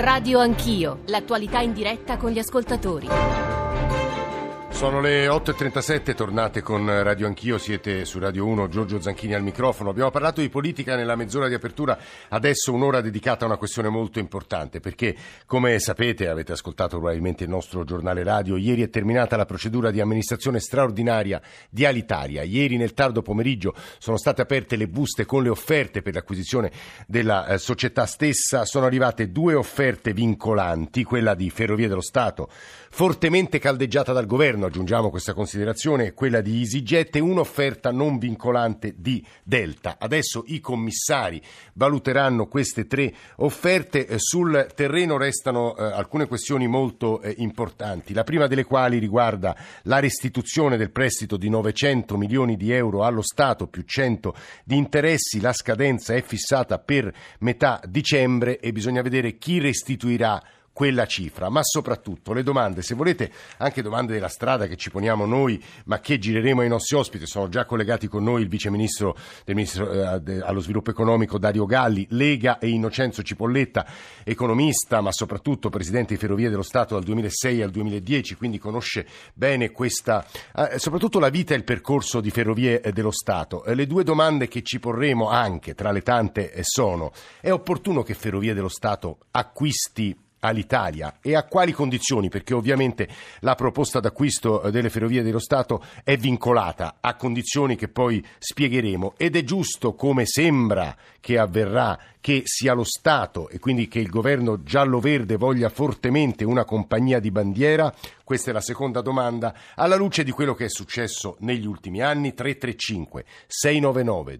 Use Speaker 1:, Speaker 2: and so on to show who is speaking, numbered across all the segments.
Speaker 1: Radio Anch'io, l'attualità in diretta con gli ascoltatori.
Speaker 2: Sono le 8.37, tornate con Radio Anch'io, siete su Radio 1, Giorgio Zanchini al microfono. Abbiamo parlato di politica nella mezz'ora di apertura, adesso un'ora dedicata a una questione molto importante, perché come sapete, avete ascoltato probabilmente il nostro giornale radio, ieri è terminata la procedura di amministrazione straordinaria di Alitalia. Ieri nel tardo pomeriggio sono state aperte le buste con le offerte per l'acquisizione della società stessa, sono arrivate 2 offerte vincolanti, quella di Ferrovie dello Stato, fortemente caldeggiata dal governo, aggiungiamo questa considerazione, quella di EasyJet, e un'offerta non vincolante di Delta. Adesso i commissari valuteranno queste 3 offerte. Sul terreno restano alcune questioni molto importanti, la prima delle quali riguarda la restituzione del prestito di 900 milioni di euro allo Stato più 100 di interessi. La scadenza è fissata per metà dicembre e bisogna vedere chi restituirà quella cifra, ma soprattutto le domande, se volete anche domande della strada che ci poniamo noi, ma che gireremo ai nostri ospiti. Sono già collegati con noi il viceministro del ministro allo sviluppo economico Dario Galli, Lega, e Innocenzo Cipolletta, economista ma soprattutto presidente di Ferrovie dello Stato dal 2006 al 2010, quindi conosce bene questa soprattutto la vita e il percorso di Ferrovie dello Stato. Le 2 domande che ci porremo anche tra le tante sono: è opportuno che Ferrovie dello Stato acquisti all'Italia e a quali condizioni? Perché ovviamente la proposta d'acquisto delle Ferrovie dello Stato è vincolata a condizioni che poi spiegheremo, ed è giusto, come sembra che avverrà, che sia lo Stato e quindi che il governo giallo-verde voglia fortemente una compagnia di bandiera? Questa è la seconda domanda, alla luce di quello che è successo negli ultimi anni. 335 699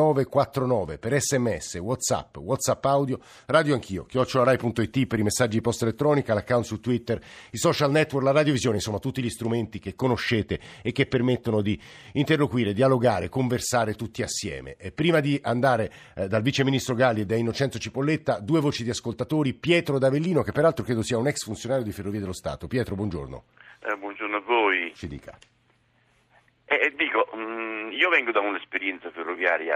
Speaker 2: 2949 per sms, whatsapp audio, Radio Anch'io @rai.it per i messaggi di posta elettronica, l'account su Twitter, i social network, la radiovisione, insomma tutti gli strumenti che conoscete e che permettono di interloquire, dialogare, conversare tutti assieme. E prima di andare dal vice ministro Galli e da Innocenzo Cipolletta, 2 voci di ascoltatori. Pietro d'Avellino, che peraltro credo sia un ex funzionario di Ferrovie dello Stato. Pietro, buongiorno.
Speaker 3: Buongiorno a voi.
Speaker 2: Ci dica.
Speaker 3: Io vengo da un'esperienza ferroviaria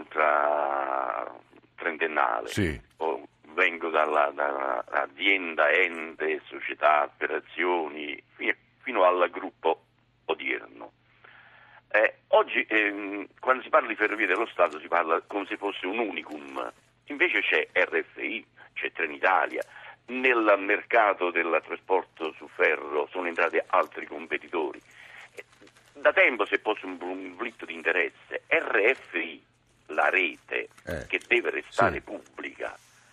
Speaker 3: ultra trentennale.
Speaker 2: Sì.
Speaker 3: Vengo dall'azienda, ente, società, operazioni, fino al gruppo odierno. Oggi, quando si parla di Ferrovie dello Stato, si parla come se fosse un unicum. Invece c'è RFI, c'è Trenitalia. Nel mercato del trasporto su ferro sono entrati altri competitori. Da tempo si è posto un conflitto di interesse. RFI, la rete, che deve restare pubblica.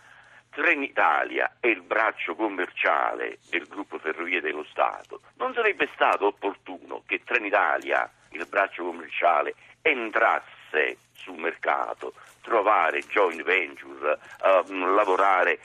Speaker 3: Trenitalia è il braccio commerciale del gruppo Ferrovie dello Stato. Non sarebbe stato opportuno che Trenitalia, il braccio commerciale, entrasse sul mercato, trovare joint venture, lavorare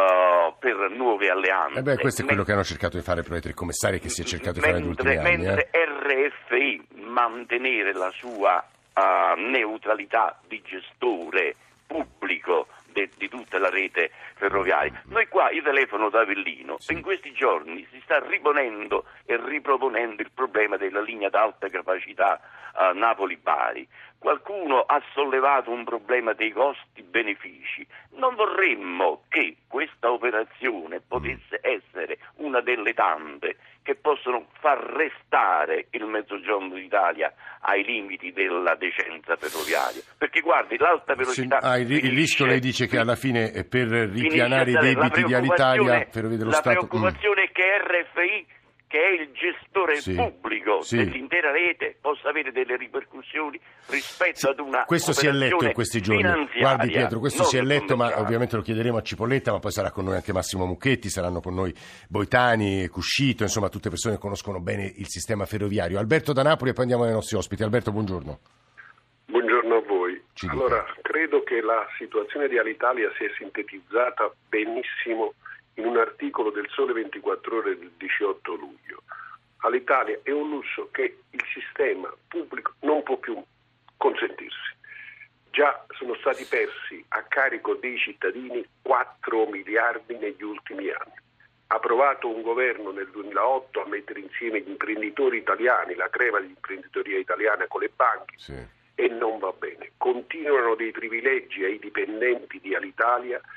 Speaker 3: per nuove alleanze?
Speaker 2: Questo è quello che hanno cercato di fare probabilmente i commissari, che si è cercato di fare negli ultimi anni.
Speaker 3: Mentre RFI mantenere la sua neutralità di gestore pubblico di tutta la rete ferroviaria. Noi qua, io telefono da Avellino, in questi giorni si sta riponendo e riproponendo il problema della linea d'alta capacità Napoli-Bari. Qualcuno ha sollevato un problema dei costi-benefici. Non vorremmo che questa operazione potesse essere una delle tante che possono far restare il Mezzogiorno d'Italia ai limiti della decenza ferroviaria. Perché guardi, l'alta velocità...
Speaker 2: il rischio, lei dice, che alla fine per ripianare i debiti di Alitalia, Ferrovie dello Stato...
Speaker 3: La preoccupazione è che RFI, che è il gestore pubblico dell'intera rete, possa avere delle ripercussioni rispetto ad una
Speaker 2: questo si è letto in questi giorni. Guardi Pietro, questo si è letto, ma ovviamente lo chiederemo a Cipolletta, ma poi sarà con noi anche Massimo Mucchetti, saranno con noi Boitani, Cuscito, insomma tutte persone che conoscono bene il sistema ferroviario. Alberto da Napoli, e poi andiamo ai nostri ospiti. Alberto, buongiorno.
Speaker 4: Buongiorno a voi. Allora, credo che la situazione di Alitalia sia sintetizzata benissimo in un articolo del Sole 24 Ore del 18 luglio. All'Italia è un lusso che il sistema pubblico non può più consentirsi. Già sono stati persi a carico dei cittadini 4 miliardi negli ultimi anni. Ha provato un governo nel 2008 a mettere insieme gli imprenditori italiani, la crema dell'imprenditoria italiana con le banche, e non va bene. Continuano dei privilegi ai dipendenti di Alitalia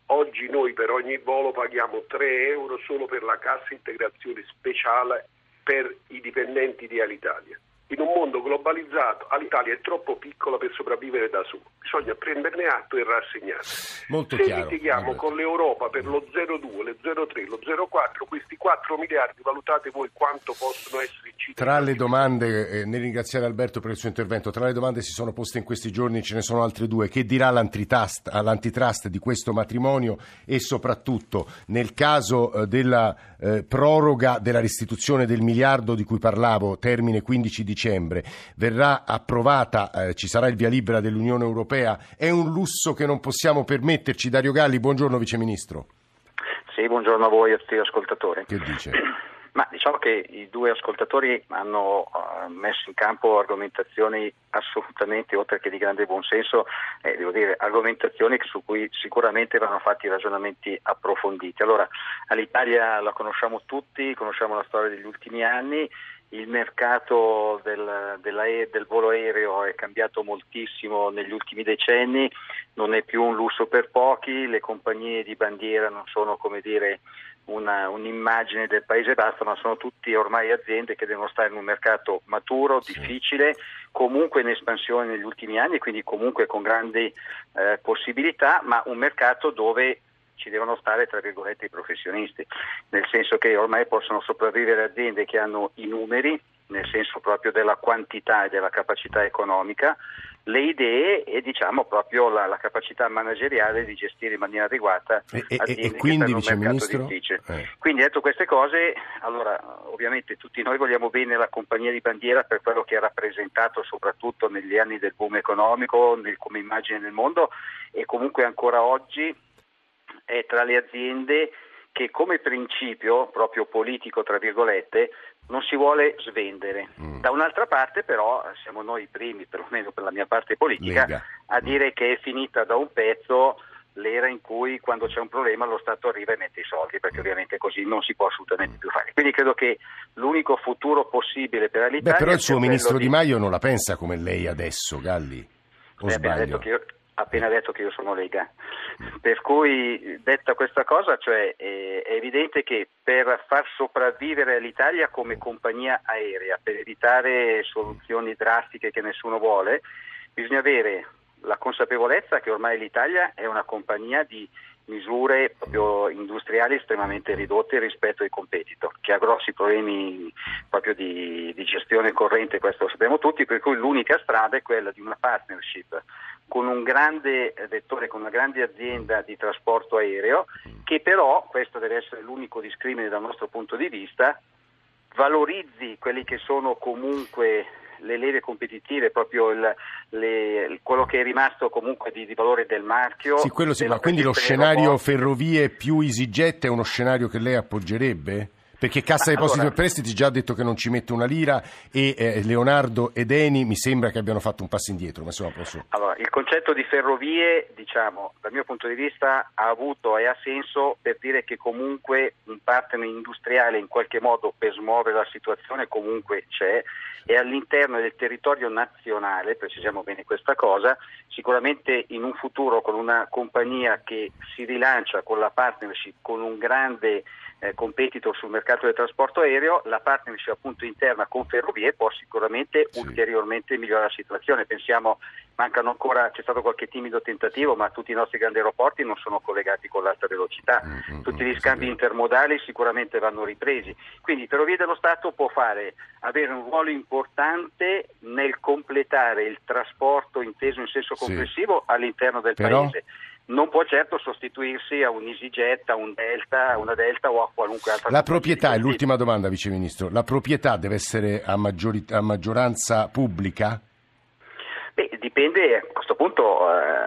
Speaker 4: Oggi noi per ogni volo paghiamo 3 euro solo per la cassa integrazione speciale per i dipendenti di Alitalia. In un mondo globalizzato, Alitalia è troppo piccola per sopravvivere da sola. Bisogna prenderne atto e rassegnarsi.
Speaker 2: Molto
Speaker 4: Se
Speaker 2: chiaro.
Speaker 4: litighiamo con l'Europa per lo 0,2, lo 0,3, lo 0,4, questi 4 miliardi, valutate voi quanto possono essere incisi.
Speaker 2: Tra le domande, nel ringraziare Alberto per il suo intervento, tra le domande si sono poste in questi giorni, ce ne sono altre due. Che dirà l'antitrust di questo matrimonio e soprattutto nel caso della proroga della restituzione del miliardo di cui parlavo, termine 15 dicembre, verrà approvata, ci sarà il via libera dell'Unione Europea, è un lusso che non possiamo permetterci. Dario Galli, buongiorno Vice Ministro.
Speaker 5: Sì, buongiorno a voi e a tutti gli ascoltatori.
Speaker 2: Che dice?
Speaker 5: Ma diciamo che i due ascoltatori hanno messo in campo argomentazioni assolutamente, oltre che di grande buonsenso, devo dire argomentazioni su cui sicuramente vanno fatti ragionamenti approfonditi. Allora, all'Italia la conosciamo tutti, conosciamo la storia degli ultimi anni. Il mercato del volo aereo è cambiato moltissimo negli ultimi decenni, non è più un lusso per pochi, le compagnie di bandiera non sono, come dire, un'immagine del paese basta, ma sono tutti ormai aziende che devono stare in un mercato maturo, difficile, comunque in espansione negli ultimi anni, quindi comunque con grandi possibilità, ma un mercato dove ci devono stare, tra virgolette, i professionisti, nel senso che ormai possono sopravvivere aziende che hanno i numeri, nel senso proprio della quantità e della capacità economica, le idee e diciamo proprio la capacità manageriale di gestire in maniera adeguata aziende
Speaker 2: quindi,
Speaker 5: che stanno in un mercato difficile. Quindi, detto queste cose, allora ovviamente tutti noi vogliamo bene la compagnia di bandiera per quello che ha rappresentato soprattutto negli anni del boom economico, come immagine nel mondo, e comunque ancora oggi è tra le aziende che come principio proprio politico, tra virgolette, non si vuole svendere. Da un'altra parte però siamo noi i primi, perlomeno per la mia parte politica, a dire che è finita da un pezzo l'era in cui quando c'è un problema lo Stato arriva e mette i soldi, perché ovviamente così non si può assolutamente più fare. Quindi credo che l'unico futuro possibile per l'Italia...
Speaker 2: però il suo ministro Di Maio non la pensa come lei adesso, Galli, o sbaglio?
Speaker 5: Appena detto che io sono Lega, per cui detta questa cosa, cioè è evidente che per far sopravvivere l'Italia come compagnia aerea, per evitare soluzioni drastiche che nessuno vuole, bisogna avere la consapevolezza che ormai l'Italia è una compagnia di misure proprio industriali estremamente ridotte rispetto ai competitor, che ha grossi problemi proprio di gestione corrente, questo lo sappiamo tutti, per cui l'unica strada è quella di una partnership con un grande vettore, con una grande azienda di trasporto aereo, che però, questo deve essere l'unico discrimine dal nostro punto di vista, valorizzi quelli che sono comunque le leve competitive, proprio quello che è rimasto comunque di valore del marchio.
Speaker 2: Sì, quello sì, ma quindi lo scenario ferrovie più EasyJet è uno scenario che lei appoggerebbe? Perché Cassa Depositi e Prestiti già ha detto che non ci mette una lira e Leonardo ed Eni mi sembra che abbiano fatto un passo indietro. Ma insomma
Speaker 5: Allora, il concetto di ferrovie, diciamo, dal mio punto di vista ha avuto e ha senso per dire che comunque un partner industriale in qualche modo per smuovere la situazione comunque c'è, e all'interno del territorio nazionale, precisiamo bene questa cosa, sicuramente in un futuro con una compagnia che si rilancia con la partnership con un grande competitor sul mercato del trasporto aereo, la partnership appunto interna con Ferrovie può sicuramente ulteriormente migliorare la situazione. Pensiamo, mancano ancora, c'è stato qualche timido tentativo, ma tutti i nostri grandi aeroporti non sono collegati con l'alta velocità, tutti gli scambi intermodali sicuramente vanno ripresi, quindi Ferrovie dello Stato può avere un ruolo importante nel completare il trasporto inteso in senso complessivo all'interno del paese. Non può certo sostituirsi a un EasyJet, a un Delta, a una Delta o a qualunque altra.
Speaker 2: La proprietà, è l'ultima domanda, Vice Ministro, la proprietà deve essere a maggioranza pubblica?
Speaker 5: Beh, dipende, a questo punto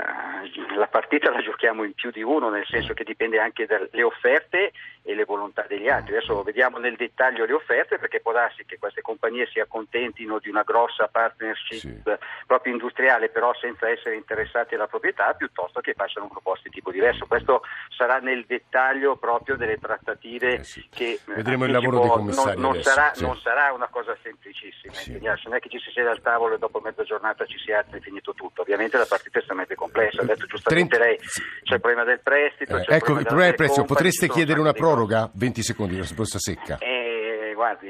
Speaker 5: la partita la giochiamo in più di uno, nel senso che dipende anche dalle offerte e le volontà degli altri. Adesso vediamo nel dettaglio le offerte, perché può darsi che queste compagnie si accontentino di una grossa partnership proprio industriale, però senza essere interessati alla proprietà, piuttosto che facciano proposte di tipo diverso. Questo sarà nel dettaglio proprio delle trattative che
Speaker 2: vedremo il lavoro dei commissari.
Speaker 5: Non sarà una cosa semplicissima, non è che ci si siede al tavolo e dopo mezza giornata ci si alza grazie, è finito tutto. Ovviamente la partita è estremamente complessa, ha detto giustamente lei, c'è il problema del prestito, c'è
Speaker 2: ecco, il problema del prestito, potreste chiedere una proroga? 20 secondi, la risposta secca.
Speaker 5: Guardi,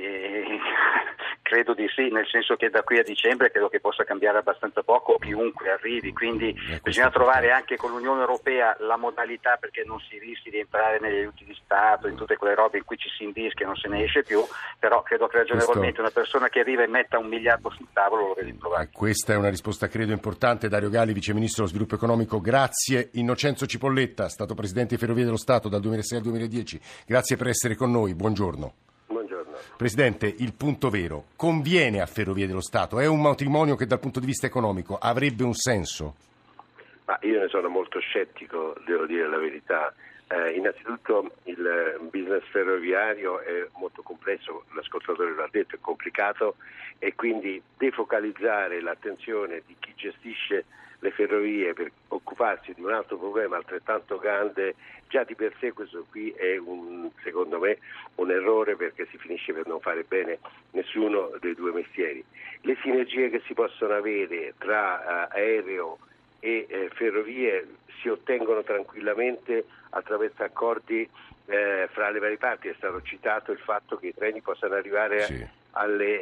Speaker 5: credo di sì, nel senso che da qui a dicembre credo che possa cambiare abbastanza poco chiunque arrivi, quindi bisogna trovare anche con l'Unione Europea la modalità perché non si rischi di entrare negli aiuti di Stato, in tutte quelle robe in cui ci si invischi e non se ne esce più, però credo che ragionevolmente una persona che arriva e metta 1 miliardo sul tavolo lo deve trovare.
Speaker 2: Questa è una risposta credo importante. Dario Galli, Vice Ministro dello Sviluppo Economico, grazie. Innocenzo Cipolletta, stato Presidente di Ferrovie dello Stato dal 2006 al 2010, grazie per essere con noi, buongiorno. Presidente, il punto vero, conviene a Ferrovie dello Stato? È un matrimonio che dal punto di vista economico avrebbe un senso?
Speaker 4: Ma io ne sono molto scettico, devo dire la verità. Innanzitutto il business ferroviario è molto complesso, l'ascoltatore l'ha detto, è complicato e quindi defocalizzare l'attenzione di chi gestisce le ferrovie per occuparsi di un altro problema altrettanto grande, già di per sé questo qui è secondo me un errore, perché si finisce per non fare bene nessuno dei due mestieri. Le sinergie che si possono avere tra aereo e ferrovie si ottengono tranquillamente attraverso accordi fra le varie parti. È stato citato il fatto che i treni possano arrivare agli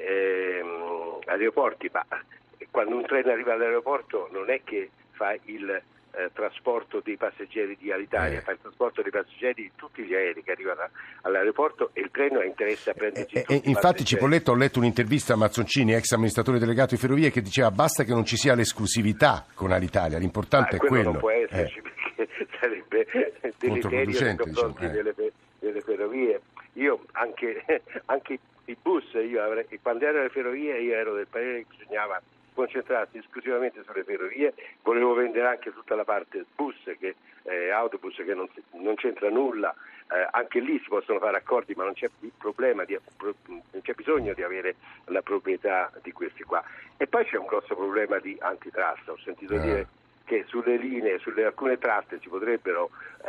Speaker 4: aeroporti, ma quando un treno arriva all'aeroporto non è che fa il trasporto dei passeggeri di Alitalia, fa il trasporto dei passeggeri di tutti gli aerei che arrivano all'aeroporto e il treno ha interesse a prenderci tutti.
Speaker 2: Infatti Cipolletta, ho letto un'intervista a Mazzoncini, ex amministratore delegato di Ferrovie, che diceva basta che non ci sia l'esclusività con Alitalia, l'importante è quello.
Speaker 4: Non può esserci perché sarebbe deleterio nei confronti delle ferrovie. Io anche i bus, quando ero alle ferrovie io ero del parere che bisognava concentrarsi esclusivamente sulle ferrovie, volevo vendere anche tutta la parte bus, autobus, che non c'entra nulla, anche lì si possono fare accordi, ma non c'è problema, non c'è bisogno di avere la proprietà di questi qua. E poi c'è un grosso problema di antitrust, ho sentito dire che sulle linee, sulle alcune tratte si potrebbero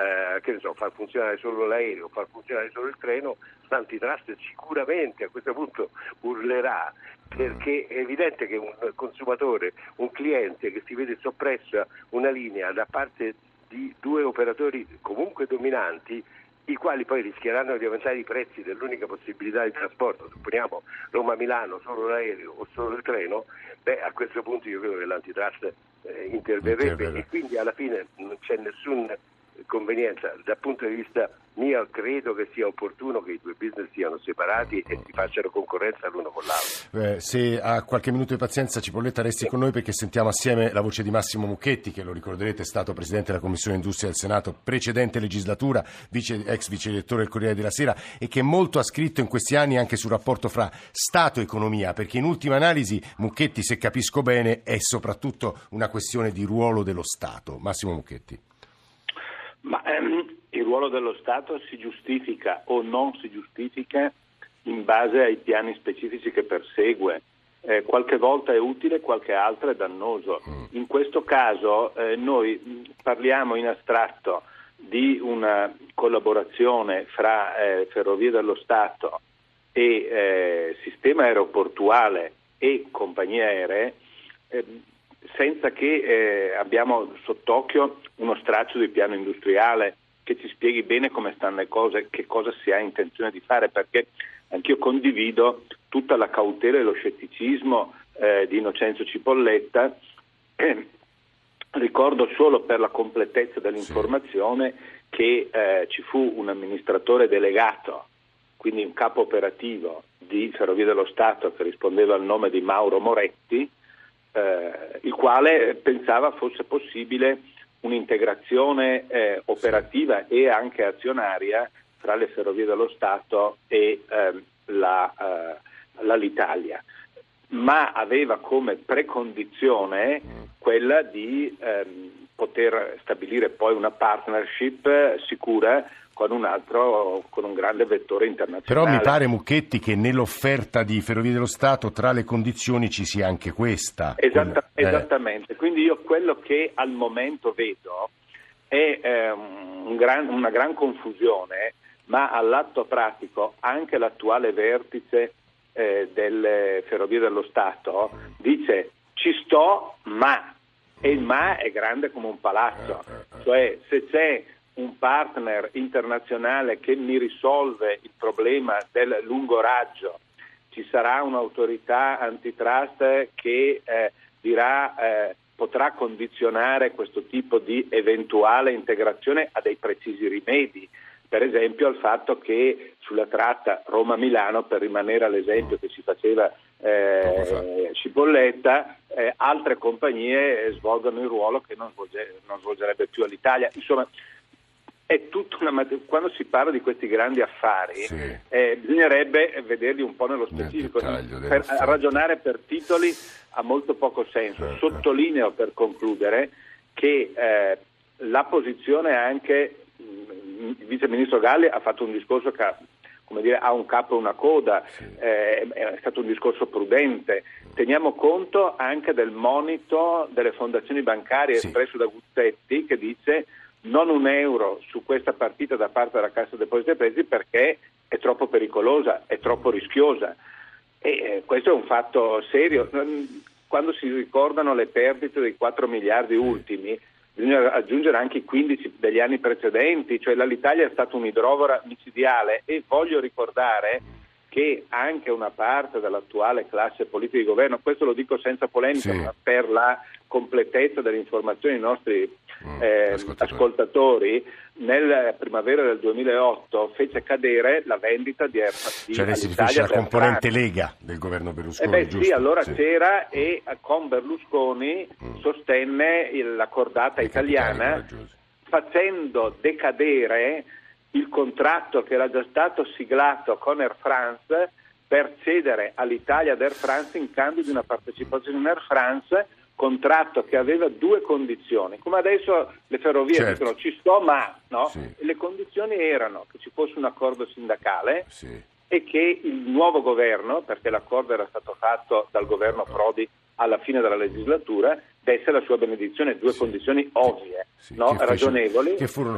Speaker 4: far funzionare solo l'aereo, far funzionare solo il treno. L'antitrust sicuramente a questo punto urlerà, perché è evidente che un consumatore, un cliente che si vede soppressa una linea da parte di due operatori comunque dominanti, i quali poi rischieranno di aumentare i prezzi dell'unica possibilità di trasporto, supponiamo Roma-Milano, solo l'aereo o solo il treno, a questo punto io credo che l'antitrust interverrebbe e quindi alla fine non c'è nessuna convenienza. Dal punto di vista mio credo che sia opportuno che i due business siano separati e si facciano concorrenza l'uno con l'altro.
Speaker 2: Se ha qualche minuto di pazienza, Cipolletta, resti con noi perché sentiamo assieme la voce di Massimo Mucchetti, che lo ricorderete è stato Presidente della Commissione Industria del Senato precedente legislatura, ex vice direttore del Corriere della Sera, e che molto ha scritto in questi anni anche sul rapporto fra Stato e economia, perché in ultima analisi Mucchetti, se capisco bene, è soprattutto una questione di ruolo dello Stato. Massimo Mucchetti.
Speaker 6: Ma il ruolo dello Stato si giustifica o non si giustifica in base ai piani specifici che persegue. Qualche volta è utile, qualche altra è dannoso. In questo caso noi parliamo in astratto di una collaborazione fra Ferrovie dello Stato e sistema aeroportuale e compagnie aeree, senza che abbiamo sott'occhio uno straccio di piano industriale che ci spieghi bene come stanno le cose, che cosa si ha intenzione di fare, perché anch'io condivido tutta la cautela e lo scetticismo di Innocenzo Cipolletta. Ricordo solo per la completezza dell'informazione che ci fu un amministratore delegato, quindi un capo operativo di Ferrovie dello Stato che rispondeva al nome di Mauro Moretti, il quale pensava fosse possibile un'integrazione operativa e anche azionaria tra le Ferrovie dello Stato e l'Alitalia, ma aveva come precondizione quella di poter stabilire poi una partnership sicura con un grande vettore internazionale.
Speaker 2: Però mi pare, Mucchetti, che nell'offerta di Ferrovie dello Stato tra le condizioni ci sia anche questa.
Speaker 6: Esattamente, quindi io quello che al momento vedo è una gran confusione, ma all'atto pratico anche l'attuale vertice delle Ferrovie dello Stato dice Ci sto, ma, e il ma è grande come un palazzo, cioè se c'è un partner internazionale che mi risolve il problema del lungo raggio, ci sarà un'autorità antitrust che potrà condizionare questo tipo di eventuale integrazione a dei precisi rimedi, per esempio al fatto che sulla tratta Roma-Milano, per rimanere all'esempio che ci faceva Cipolletta, altre compagnie svolgono il ruolo che non svolgerebbe più all'Italia. Insomma, è tutta quando si parla di questi grandi affari, bisognerebbe vederli un po' nello specifico. Ragionare per titoli ha molto poco senso. Sottolineo per concludere che la posizione anche il vice ministro Galli ha fatto un discorso che ha un capo e una coda, è stato un discorso prudente. Teniamo conto anche del monito delle fondazioni bancarie espresso da Guzzetti, che dice non un euro su questa partita da parte della Cassa Depositi e Prestiti perché è troppo pericolosa, è troppo rischiosa, e questo è un fatto serio. Quando si ricordano le perdite dei 4 miliardi ultimi, bisogna aggiungere anche i 15 degli anni precedenti, cioè l'Italia è stata un'idrovora micidiale, e voglio ricordare che anche una parte dell'attuale classe politica di governo, questo lo dico senza polemica, ma per la completezza delle informazioni dei nostri ascoltatori, nel primavera del 2008 fece cadere la vendita di
Speaker 2: cioè lei si riferisce alla componente Lega del governo Berlusconi, giusto?
Speaker 6: Sì, allora c'era, e con Berlusconi sostenne la cordata italiana, facendo decadere il contratto che era già stato siglato con Air France per cedere all'Italia ad Air France in cambio di una partecipazione in Air France, contratto che aveva 2 condizioni. Come adesso le ferrovie dicono ci sto ma, no? Le condizioni erano che ci fosse un accordo sindacale e che il nuovo governo, perché l'accordo era stato fatto dal governo Prodi alla fine della legislatura, desse la sua benedizione. 2 condizioni ovvie, ragionevoli,
Speaker 2: che furono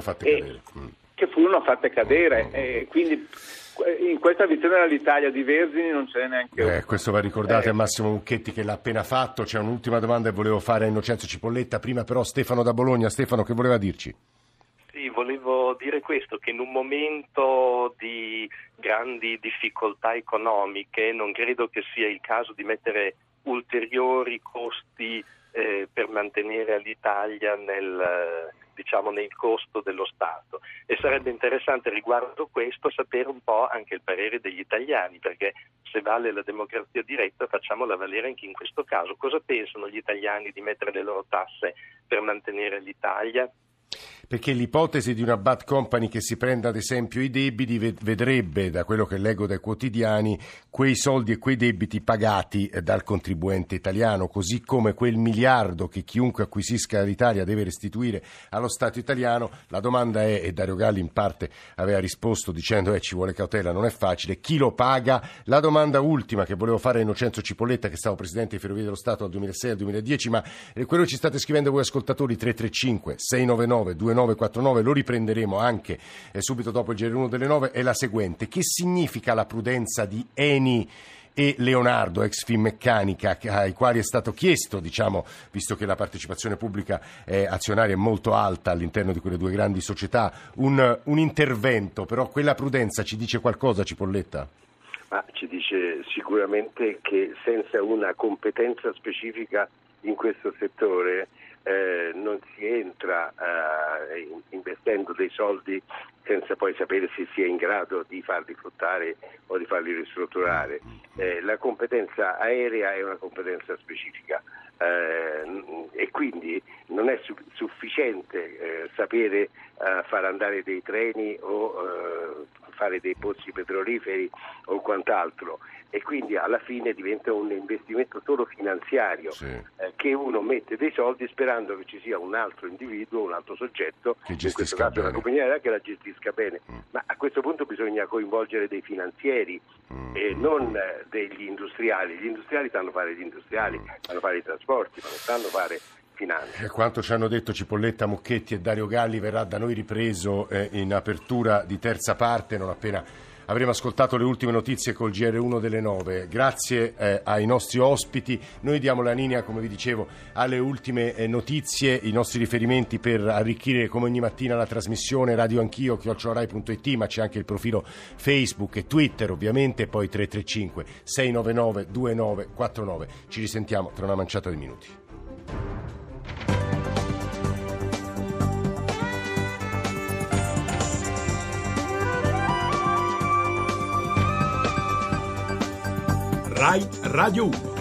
Speaker 2: fatte cadere.
Speaker 6: E quindi in questa vicenda dell'Italia di Vergini non ce n'è neanche uno.
Speaker 2: Questo va ricordato a Massimo Mucchetti, che l'ha appena fatto. C'è un'ultima domanda che volevo fare a Innocenzo Cipolletta, prima però Stefano da Bologna. Stefano, che voleva dirci?
Speaker 7: Sì, volevo dire questo, che in un momento di grandi difficoltà economiche non credo che sia il caso di mettere ulteriori costi per mantenere l'Italia nel costo dello Stato, e sarebbe interessante riguardo questo sapere un po' anche il parere degli italiani, perché se vale la democrazia diretta facciamola valere anche in questo caso. Cosa pensano gli italiani di mettere le loro tasse per mantenere l'Italia?
Speaker 2: Perché l'ipotesi di una bad company che si prenda ad esempio i debiti vedrebbe, da quello che leggo dai quotidiani, quei soldi e quei debiti pagati dal contribuente italiano, così come quel miliardo che chiunque acquisisca l'Italia deve restituire allo Stato italiano. La domanda è, e Dario Galli in parte aveva risposto dicendo ci vuole cautela, non è facile, chi lo paga? La domanda ultima che volevo fare a Innocenzo Cipolletta, che è stato presidente di Ferrovie dello Stato dal 2006 al 2010, ma quello che ci state scrivendo voi ascoltatori, 335 699 2949, lo riprenderemo anche subito dopo il GR1 delle 9, è la seguente: che significa la prudenza di Eni e Leonardo, ex Finmeccanica, ai quali è stato chiesto, visto che la partecipazione pubblica azionaria è molto alta all'interno di quelle 2 grandi società, un intervento? Però quella prudenza ci dice qualcosa, Cipolletta?
Speaker 8: Ma ci dice sicuramente che senza una competenza specifica in questo settore non si entra investendo dei soldi senza poi sapere se si è in grado di farli fruttare o di farli ristrutturare. La competenza aerea è una competenza specifica e quindi non è sufficiente sapere far andare dei treni o fare dei pozzi petroliferi o quant'altro, e quindi alla fine diventa un investimento solo finanziario, che uno mette dei soldi sperando che ci sia un altro individuo, un altro soggetto, in questo caso una compagnia aerea, che la gestisca bene. Ma a questo punto bisogna coinvolgere dei finanzieri e non degli industriali. Gli industriali sanno fare gli industriali, sanno fare i trasporti, ma non sanno fare finanza.
Speaker 2: Quanto ci hanno detto Cipolletta, Mucchetti e Dario Galli verrà da noi ripreso in apertura di terza parte non appena Avremo ascoltato le ultime notizie col GR1 delle 9. Grazie ai nostri ospiti. Noi diamo la linea, come vi dicevo, alle ultime notizie, i nostri riferimenti per arricchire come ogni mattina la trasmissione Radio Anch'io @rai.it, ma c'è anche il profilo Facebook e Twitter ovviamente, poi 335 699 2949. Ci risentiamo tra una manciata di minuti.
Speaker 9: Rai Radio 1.